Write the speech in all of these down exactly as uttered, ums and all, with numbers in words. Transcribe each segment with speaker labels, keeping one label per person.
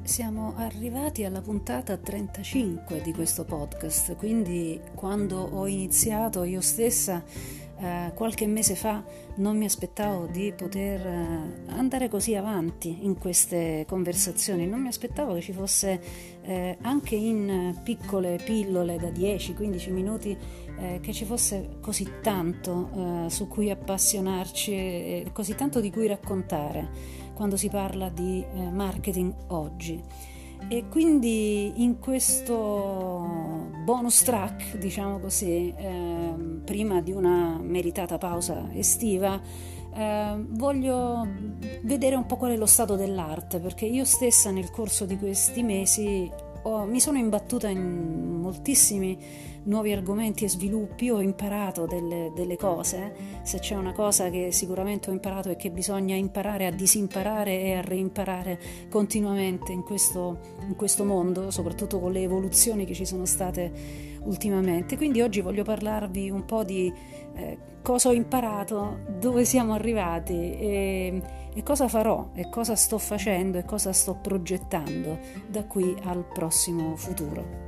Speaker 1: Siamo arrivati alla puntata trentacinque di questo podcast, quindi quando ho iniziato io stessa eh, qualche mese fa non mi aspettavo di poter eh, andare così avanti in queste conversazioni, non mi aspettavo che ci fosse eh, anche in piccole pillole da dieci quindici minuti eh, che ci fosse così tanto eh, su cui appassionarci e così tanto di cui raccontare quando si parla di eh, marketing oggi. E quindi in questo bonus track, diciamo così, eh, prima di una meritata pausa estiva, eh, voglio vedere un po' qual è lo stato dell'arte, perché io stessa nel corso di questi mesi ho, mi sono imbattuta in moltissimi nuovi argomenti e sviluppi, ho imparato delle, delle cose. Se c'è una cosa che sicuramente ho imparato è che bisogna imparare a disimparare e a reimparare continuamente in questo, in questo mondo, soprattutto con le evoluzioni che ci sono state ultimamente. Quindi oggi voglio parlarvi un po' di eh, cosa ho imparato, dove siamo arrivati e, e cosa farò e cosa sto facendo e cosa sto progettando da qui al prossimo futuro.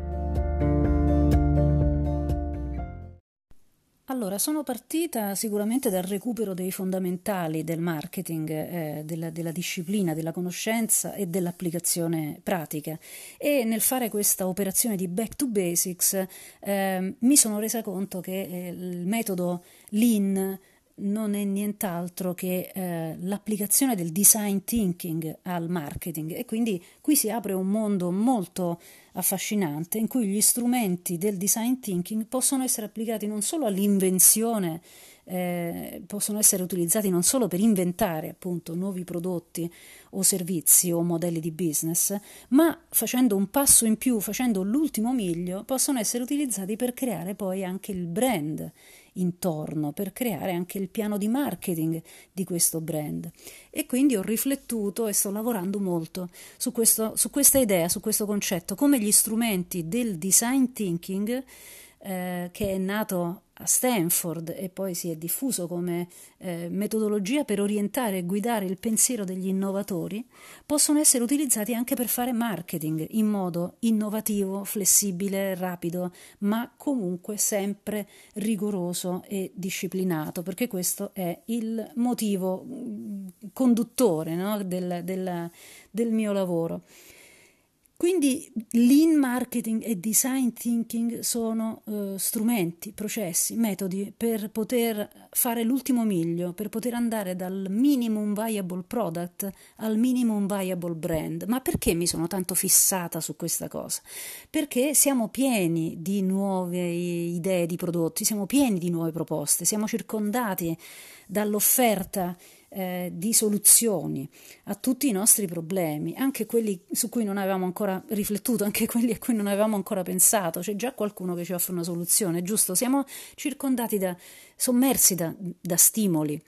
Speaker 1: Allora, sono partita sicuramente dal recupero dei fondamentali del marketing, eh, della, della disciplina, della conoscenza e dell'applicazione pratica, e nel fare questa operazione di back to basics eh, mi sono resa conto che eh, il metodo Lean non è nient'altro che eh, l'applicazione del design thinking al marketing, e quindi qui si apre un mondo molto affascinante in cui gli strumenti del design thinking possono essere applicati non solo all'invenzione, eh, possono essere utilizzati non solo per inventare appunto nuovi prodotti o servizi o modelli di business, ma facendo un passo in più, facendo l'ultimo miglio, possono essere utilizzati per creare poi anche il brand intorno, per creare anche il piano di marketing di questo brand. E quindi ho riflettuto e sto lavorando molto su questo, su questa idea, su questo concetto, come gli strumenti del design thinking, eh, che è nato a Stanford e poi si è diffuso come eh, metodologia per orientare e guidare il pensiero degli innovatori, possono essere utilizzati anche per fare marketing in modo innovativo, flessibile, rapido, ma comunque sempre rigoroso e disciplinato, perché questo è il motivo conduttore, no, del, del, del mio lavoro. Quindi lean marketing e design thinking sono uh, strumenti, processi, metodi per poter fare l'ultimo miglio, per poter andare dal minimum viable product al minimum viable brand. Ma perché mi sono tanto fissata su questa cosa? Perché siamo pieni di nuove idee di prodotti, siamo pieni di nuove proposte, siamo circondati dall'offerta Eh, di soluzioni a tutti i nostri problemi, anche quelli su cui non avevamo ancora riflettuto, anche quelli a cui non avevamo ancora pensato. C'è già qualcuno che ci offre una soluzione, giusto? Siamo circondati da, sommersi da, da stimoli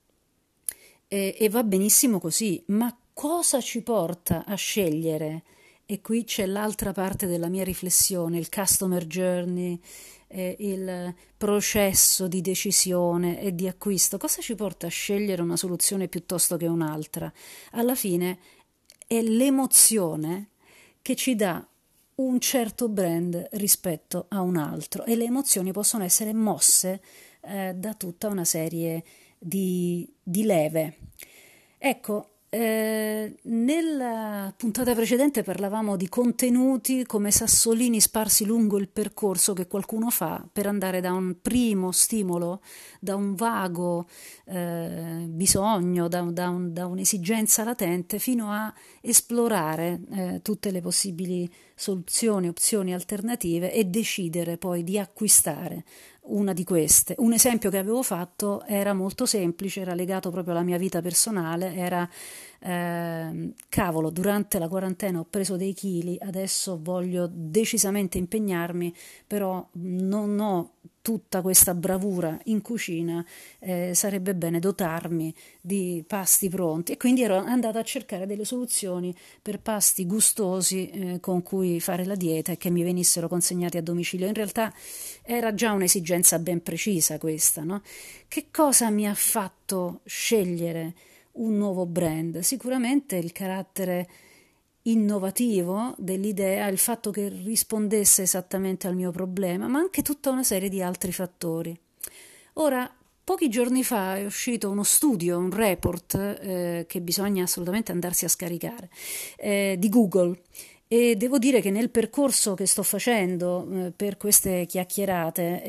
Speaker 1: e, e va benissimo così, ma cosa ci porta a scegliere? E qui c'è l'altra parte della mia riflessione, il customer journey, eh, il processo di decisione e di acquisto. Cosa ci porta a scegliere una soluzione piuttosto che un'altra? Alla fine è l'emozione che ci dà un certo brand rispetto a un altro, e le emozioni possono essere mosse eh, da tutta una serie di, di leve. Ecco, Eh, nella puntata precedente parlavamo di contenuti come sassolini sparsi lungo il percorso che qualcuno fa per andare da un primo stimolo, da un vago eh, bisogno, da, da, un, da un'esigenza latente, fino a esplorare eh, tutte le possibili soluzioni, opzioni alternative e decidere poi di acquistare una di queste. Un esempio che avevo fatto era molto semplice, era legato proprio alla mia vita personale, era eh, cavolo, durante la quarantena ho preso dei chili, adesso voglio decisamente impegnarmi, però non ho tutta questa bravura in cucina, eh, sarebbe bene dotarmi di pasti pronti, e quindi ero andata a cercare delle soluzioni per pasti gustosi eh, con cui fare la dieta e che mi venissero consegnati a domicilio. In realtà era già un'esigenza ben precisa questa, no? Che cosa mi ha fatto scegliere un nuovo brand? Sicuramente il carattere innovativo dell'idea, il fatto che rispondesse esattamente al mio problema, ma anche tutta una serie di altri fattori. Ora, pochi giorni fa è uscito uno studio, un report eh, che bisogna assolutamente andarsi a scaricare, eh, di Google. E devo dire che nel percorso che sto facendo eh, per queste chiacchierate,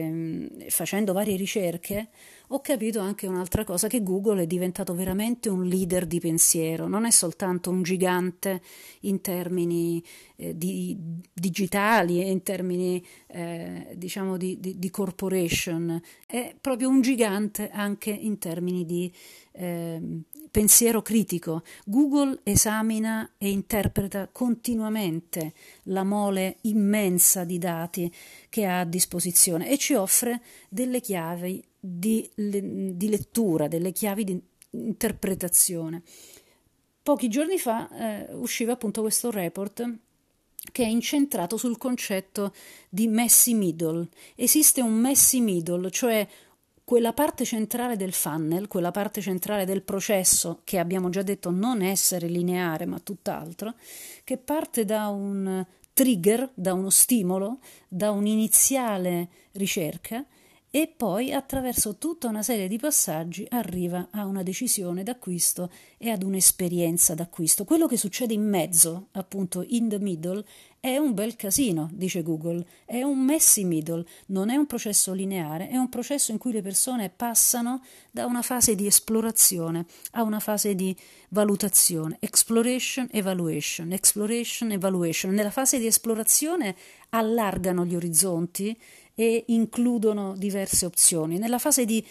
Speaker 1: eh, facendo varie ricerche, ho capito anche un'altra cosa, che Google è diventato veramente un leader di pensiero, non è soltanto un gigante in termini eh, di, digitali e in termini eh, diciamo di, di, di corporation, è proprio un gigante anche in termini di eh, pensiero critico. Google esamina e interpreta continuamente la mole immensa di dati che ha a disposizione e ci offre delle chiavi di, di lettura, delle chiavi di interpretazione. Pochi giorni fa eh, usciva appunto questo report che è incentrato sul concetto di messy middle. Esiste un messy middle, cioè quella parte centrale del funnel, quella parte centrale del processo che abbiamo già detto non essere lineare ma tutt'altro, che parte da un trigger, da uno stimolo, da un'iniziale ricerca e poi attraverso tutta una serie di passaggi arriva a una decisione d'acquisto e ad un'esperienza d'acquisto. Quello che succede in mezzo, appunto in the middle, è un bel casino, dice Google, è un messy middle, non è un processo lineare, è un processo in cui le persone passano da una fase di esplorazione a una fase di valutazione, exploration, evaluation, exploration, evaluation. Nella fase di esplorazione allargano gli orizzonti e includono diverse opzioni. Nella fase di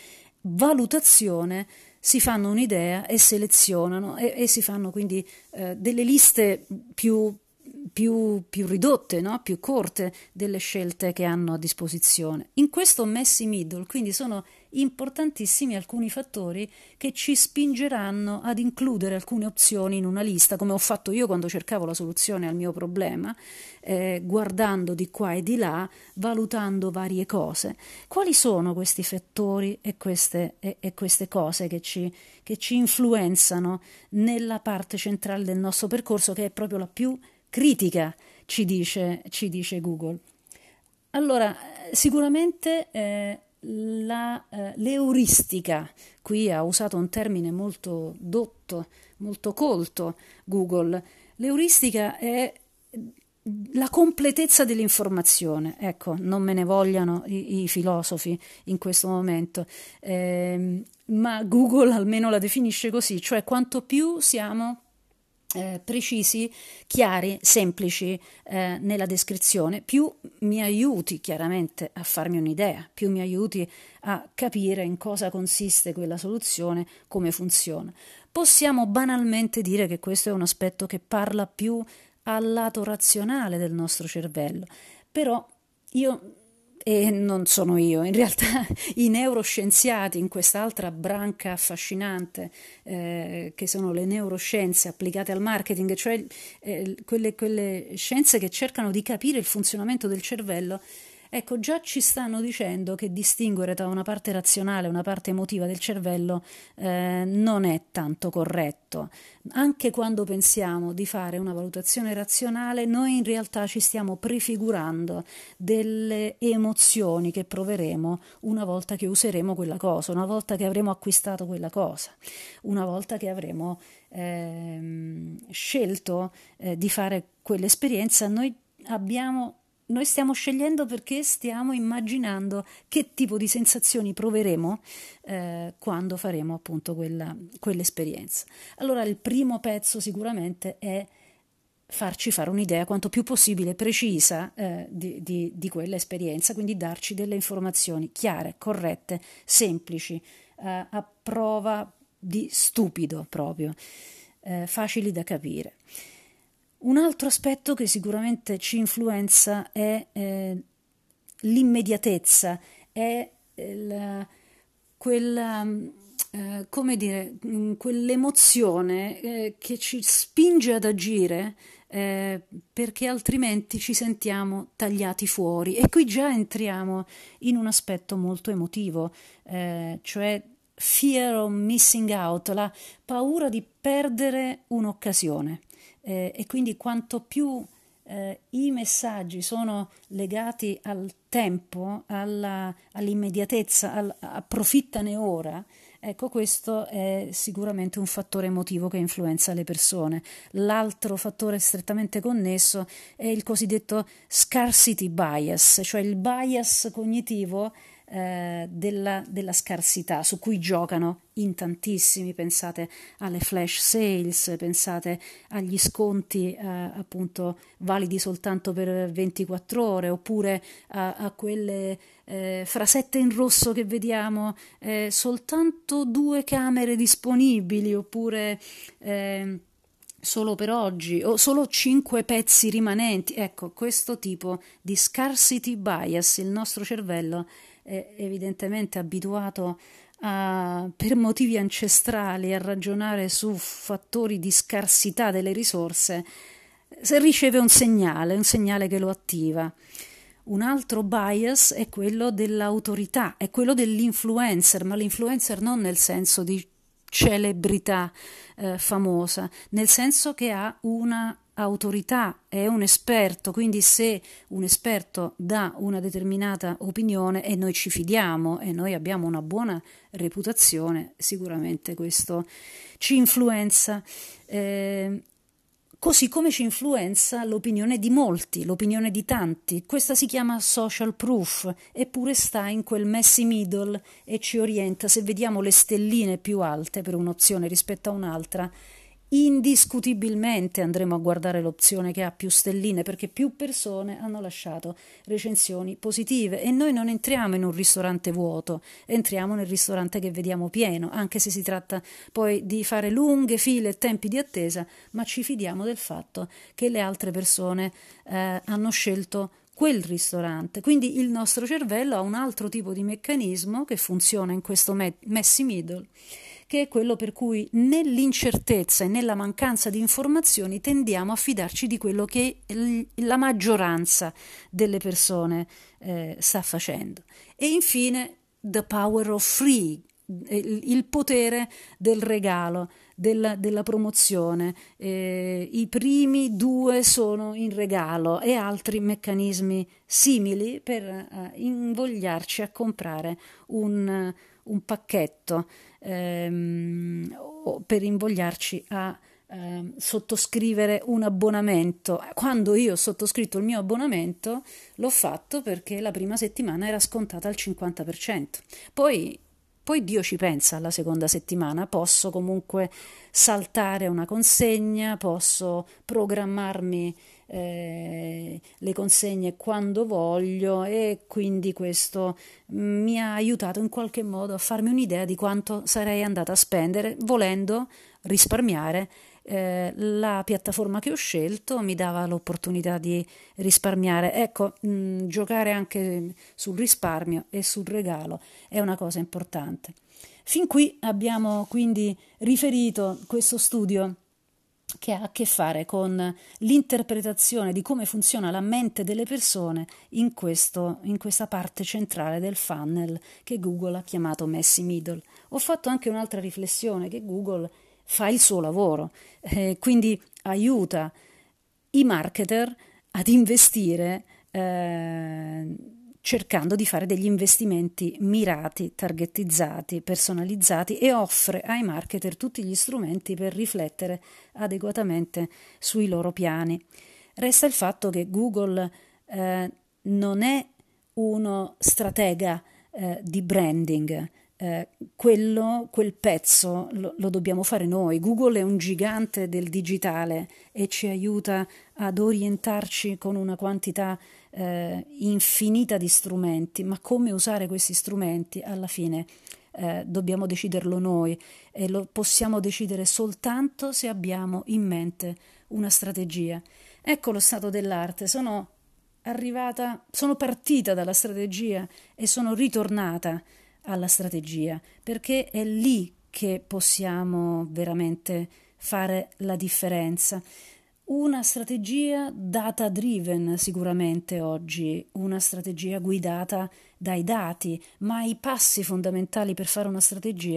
Speaker 1: valutazione si fanno un'idea e selezionano e, e si fanno quindi eh, delle liste più Più, più ridotte, no? Più corte delle scelte che hanno a disposizione. In questo messy middle, quindi, sono importantissimi alcuni fattori che ci spingeranno ad includere alcune opzioni in una lista, come ho fatto io quando cercavo la soluzione al mio problema, eh, guardando di qua e di là, valutando varie cose. Quali sono questi fattori e queste, e, e queste cose che ci, che ci influenzano nella parte centrale del nostro percorso, che è proprio la più critica, ci dice, ci dice Google. Allora, sicuramente eh, la, eh, l'euristica, qui ha usato un termine molto dotto, molto colto Google, l'euristica è la completezza dell'informazione. Ecco, non me ne vogliano i, i filosofi in questo momento, eh, ma Google almeno la definisce così, cioè quanto più siamo Eh, precisi, chiari, semplici eh, nella descrizione, più mi aiuti chiaramente a farmi un'idea, più mi aiuti a capire in cosa consiste quella soluzione, come funziona. Possiamo banalmente dire che questo è un aspetto che parla più al lato razionale del nostro cervello, però io e non sono io, in realtà i neuroscienziati in quest'altra branca affascinante eh, che sono le neuroscienze applicate al marketing, cioè eh, quelle, quelle scienze che cercano di capire il funzionamento del cervello. Ecco, già ci stanno dicendo che distinguere tra una parte razionale e una parte emotiva del cervello eh, non è tanto corretto. Anche quando pensiamo di fare una valutazione razionale, noi in realtà ci stiamo prefigurando delle emozioni che proveremo una volta che useremo quella cosa, una volta che avremo acquistato quella cosa, una volta che avremo ehm, scelto eh, di fare quell'esperienza. Noi abbiamo Noi stiamo scegliendo perché stiamo immaginando che tipo di sensazioni proveremo eh, quando faremo appunto quella, quell'esperienza. Allora il primo pezzo sicuramente è farci fare un'idea quanto più possibile precisa eh, di, di, di quell'esperienza, quindi darci delle informazioni chiare, corrette, semplici, eh, a prova di stupido proprio, eh, facili da capire. Un altro aspetto che sicuramente ci influenza è eh, l'immediatezza, è la, quella, eh, come dire, quell'emozione eh, che ci spinge ad agire eh, perché altrimenti ci sentiamo tagliati fuori. E qui già entriamo in un aspetto molto emotivo, eh, cioè fear of missing out, la paura di perdere un'occasione. eh, e quindi quanto più eh, i messaggi sono legati al tempo, alla, all'immediatezza, al, approfittane ora, ecco, questo è sicuramente un fattore emotivo che influenza le persone. L'altro fattore strettamente connesso è il cosiddetto scarcity bias, cioè il bias cognitivo eh, della, della scarsità, su cui giocano in tantissimi. Pensate alle flash sales, pensate agli sconti eh, appunto validi soltanto per ventiquattro ore, oppure a, a quelle eh, frasette in rosso che vediamo, eh, soltanto due camere disponibili, oppure eh, solo per oggi, o solo cinque pezzi rimanenti. Ecco, questo tipo di scarcity bias, il nostro cervello è evidentemente abituato a, per motivi ancestrali, a ragionare su fattori di scarsità delle risorse, se riceve un segnale, un segnale che lo attiva. Un altro bias è quello dell'autorità, è quello dell'influencer, ma l'influencer non nel senso di celebrità eh, famosa, nel senso che ha una autorità, è un esperto, quindi se un esperto dà una determinata opinione e noi ci fidiamo e noi abbiamo una buona reputazione, sicuramente questo ci influenza. Eh, Così come ci influenza l'opinione di molti, l'opinione di tanti. Questa si chiama social proof, eppure sta in quel messy middle e ci orienta. Se vediamo le stelline più alte per un'opzione rispetto a un'altra, indiscutibilmente andremo a guardare l'opzione che ha più stelline, perché più persone hanno lasciato recensioni positive. E noi non entriamo in un ristorante vuoto, entriamo nel ristorante che vediamo pieno, anche se si tratta poi di fare lunghe file e tempi di attesa, ma ci fidiamo del fatto che le altre persone eh, hanno scelto quel ristorante. Quindi il nostro cervello ha un altro tipo di meccanismo che funziona in questo me- messy middle, che è quello per cui nell'incertezza e nella mancanza di informazioni tendiamo a fidarci di quello che l- la maggioranza delle persone eh, sta facendo. E infine, the power of free, il, il potere del regalo, della, della promozione. Eh, i primi due sono in regalo e altri meccanismi simili per eh, invogliarci a comprare un, un pacchetto, ehm, o per invogliarci a ehm, sottoscrivere un abbonamento. Quando io ho sottoscritto il mio abbonamento l'ho fatto perché la prima settimana era scontata al cinquanta per cento. Poi Poi Dio ci pensa, alla seconda settimana posso comunque saltare una consegna, posso programmarmi eh, le consegne quando voglio, e quindi questo mi ha aiutato in qualche modo a farmi un'idea di quanto sarei andata a spendere, volendo risparmiare. Eh, la piattaforma che ho scelto mi dava l'opportunità di risparmiare. Ecco, mh, giocare anche sul risparmio e sul regalo è una cosa importante. Fin qui abbiamo quindi riferito questo studio che ha a che fare con l'interpretazione di come funziona la mente delle persone in, questo, in questa parte centrale del funnel che Google ha chiamato messy middle. Ho fatto anche un'altra riflessione, che Google fa il suo lavoro, eh, quindi aiuta i marketer ad investire eh, cercando di fare degli investimenti mirati, targetizzati, personalizzati, e offre ai marketer tutti gli strumenti per riflettere adeguatamente sui loro piani. Resta il fatto che Google eh, non è uno stratega eh, di branding. Eh, quello, quel pezzo lo, lo dobbiamo fare noi. Google è un gigante del digitale e ci aiuta ad orientarci con una quantità eh, infinita di strumenti, ma come usare questi strumenti alla fine eh, dobbiamo deciderlo noi, e lo possiamo decidere soltanto se abbiamo in mente una strategia. Ecco lo stato dell'arte. Sono arrivata, sono partita dalla strategia e sono ritornata alla strategia, perché è lì che possiamo veramente fare la differenza. Una strategia data driven sicuramente oggi, una strategia guidata dai dati, ma i passi fondamentali per fare una strategia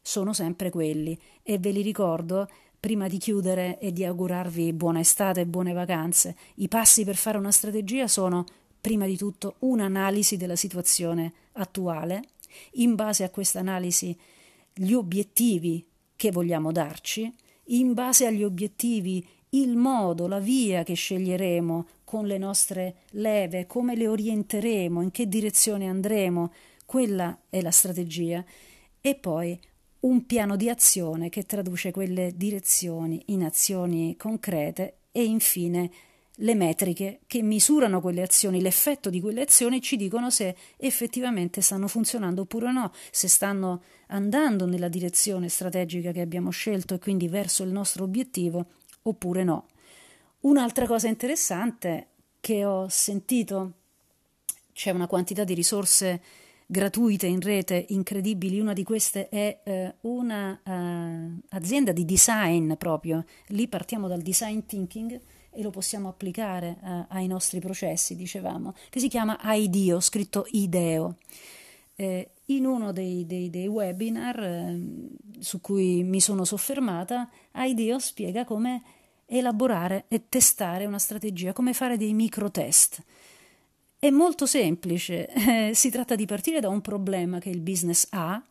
Speaker 1: sono sempre quelli e ve li ricordo prima di chiudere e di augurarvi buona estate e buone vacanze. I passi per fare una strategia sono prima di tutto un'analisi della situazione attuale, in base a questa analisi gli obiettivi che vogliamo darci, in base agli obiettivi il modo, la via che sceglieremo con le nostre leve, come le orienteremo, in che direzione andremo, quella è la strategia, e poi un piano di azione che traduce quelle direzioni in azioni concrete e infine le metriche che misurano quelle azioni, l'effetto di quelle azioni ci dicono se effettivamente stanno funzionando oppure no, se stanno andando nella direzione strategica che abbiamo scelto e quindi verso il nostro obiettivo oppure no. Un'altra cosa interessante che ho sentito, c'è una quantità di risorse gratuite in rete incredibili, una di queste è eh, una uh, azienda di design proprio, lì partiamo dal design thinking e lo possiamo applicare uh, ai nostri processi, dicevamo, che si chiama IDEO, scritto IDEO. Eh, in uno dei, dei, dei webinar eh, su cui mi sono soffermata, IDEO spiega come elaborare e testare una strategia, come fare dei micro test. È molto semplice, eh, si tratta di partire da un problema che il business ha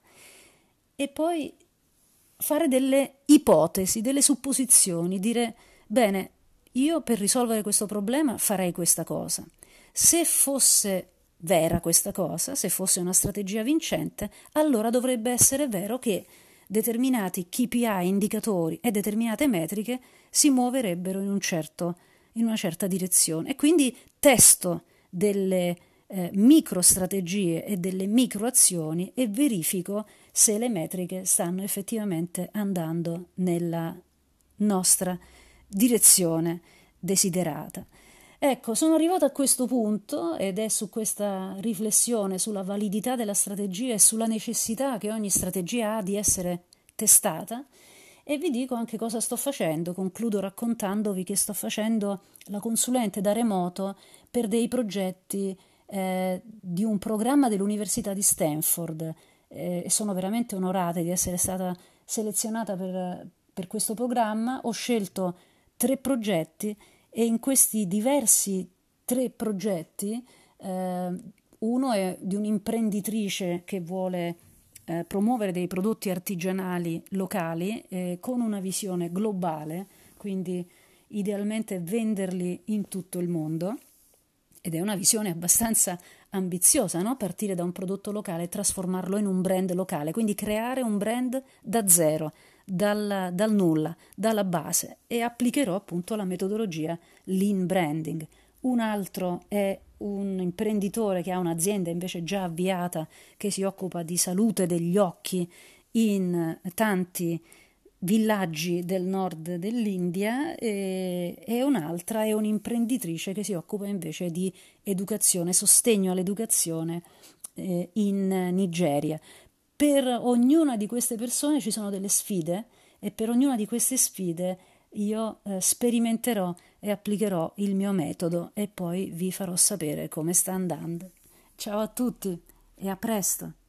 Speaker 1: e poi fare delle ipotesi, delle supposizioni, dire bene, io per risolvere questo problema farei questa cosa. Se fosse vera questa cosa, se fosse una strategia vincente, allora dovrebbe essere vero che determinati K P I, indicatori e determinate metriche si muoverebbero in un certo, in una certa direzione. E quindi testo delle eh, micro strategie e delle micro azioni e verifico se le metriche stanno effettivamente andando nella nostra direzione desiderata. Ecco, sono arrivata a questo punto ed è su questa riflessione sulla validità della strategia e sulla necessità che ogni strategia ha di essere testata e vi dico anche cosa sto facendo. Concludo raccontandovi che sto facendo la consulente da remoto per dei progetti eh, di un programma dell'Università di Stanford eh, e sono veramente onorata di essere stata selezionata per, per questo programma. Ho scelto tre progetti e in questi diversi tre progetti eh, uno è di un'imprenditrice che vuole eh, promuovere dei prodotti artigianali locali eh, con una visione globale, quindi idealmente venderli in tutto il mondo, ed è una visione abbastanza ambiziosa, no? Partire da un prodotto locale e trasformarlo in un brand locale, quindi creare un brand da zero, dal, dal nulla, dalla base, e applicherò appunto la metodologia lean branding. Un altro è un imprenditore che ha un'azienda invece già avviata che si occupa di salute degli occhi in tanti villaggi del nord dell'India e, e un'altra è un'imprenditrice che si occupa invece di educazione, sostegno all'educazione eh, in Nigeria. Per ognuna di queste persone ci sono delle sfide e per ognuna di queste sfide io eh, sperimenterò e applicherò il mio metodo e poi vi farò sapere come sta andando. Ciao a tutti e a presto!